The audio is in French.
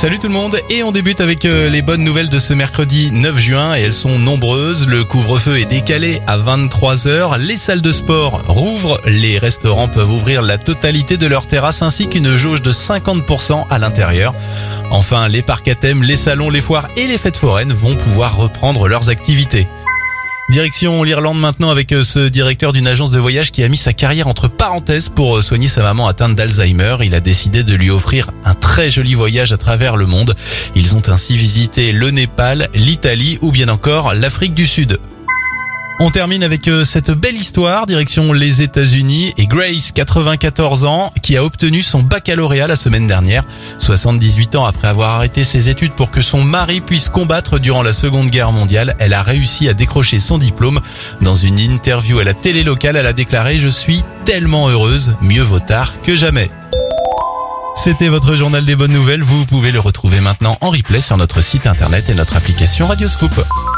Salut tout le monde, et on débute avec les bonnes nouvelles de ce mercredi 9 juin, et elles sont nombreuses. Le couvre-feu est décalé à 23h, les salles de sport rouvrent, les restaurants peuvent ouvrir la totalité de leurs terrasses ainsi qu'une jauge de 50% à l'intérieur. Enfin, les parcs à thème, les salons, les foires et les fêtes foraines vont pouvoir reprendre leurs activités. Direction l'Irlande maintenant avec ce directeur d'une agence de voyage qui a mis sa carrière entre parenthèses pour soigner sa maman atteinte d'Alzheimer. Il a décidé de lui offrir un très joli voyage à travers le monde. Ils ont ainsi visité le Népal, l'Italie ou bien encore l'Afrique du Sud. On termine avec cette belle histoire, direction les États-Unis et Grace, 94 ans, qui a obtenu son baccalauréat la semaine dernière. 78 ans après avoir arrêté ses études pour que son mari puisse combattre durant la Seconde Guerre mondiale, elle a réussi à décrocher son diplôme. Dans une interview à la télé locale, elle a déclaré « Je suis tellement heureuse, mieux vaut tard que jamais ». C'était votre journal des bonnes nouvelles, vous pouvez le retrouver maintenant en replay sur notre site internet et notre application Radioscoop.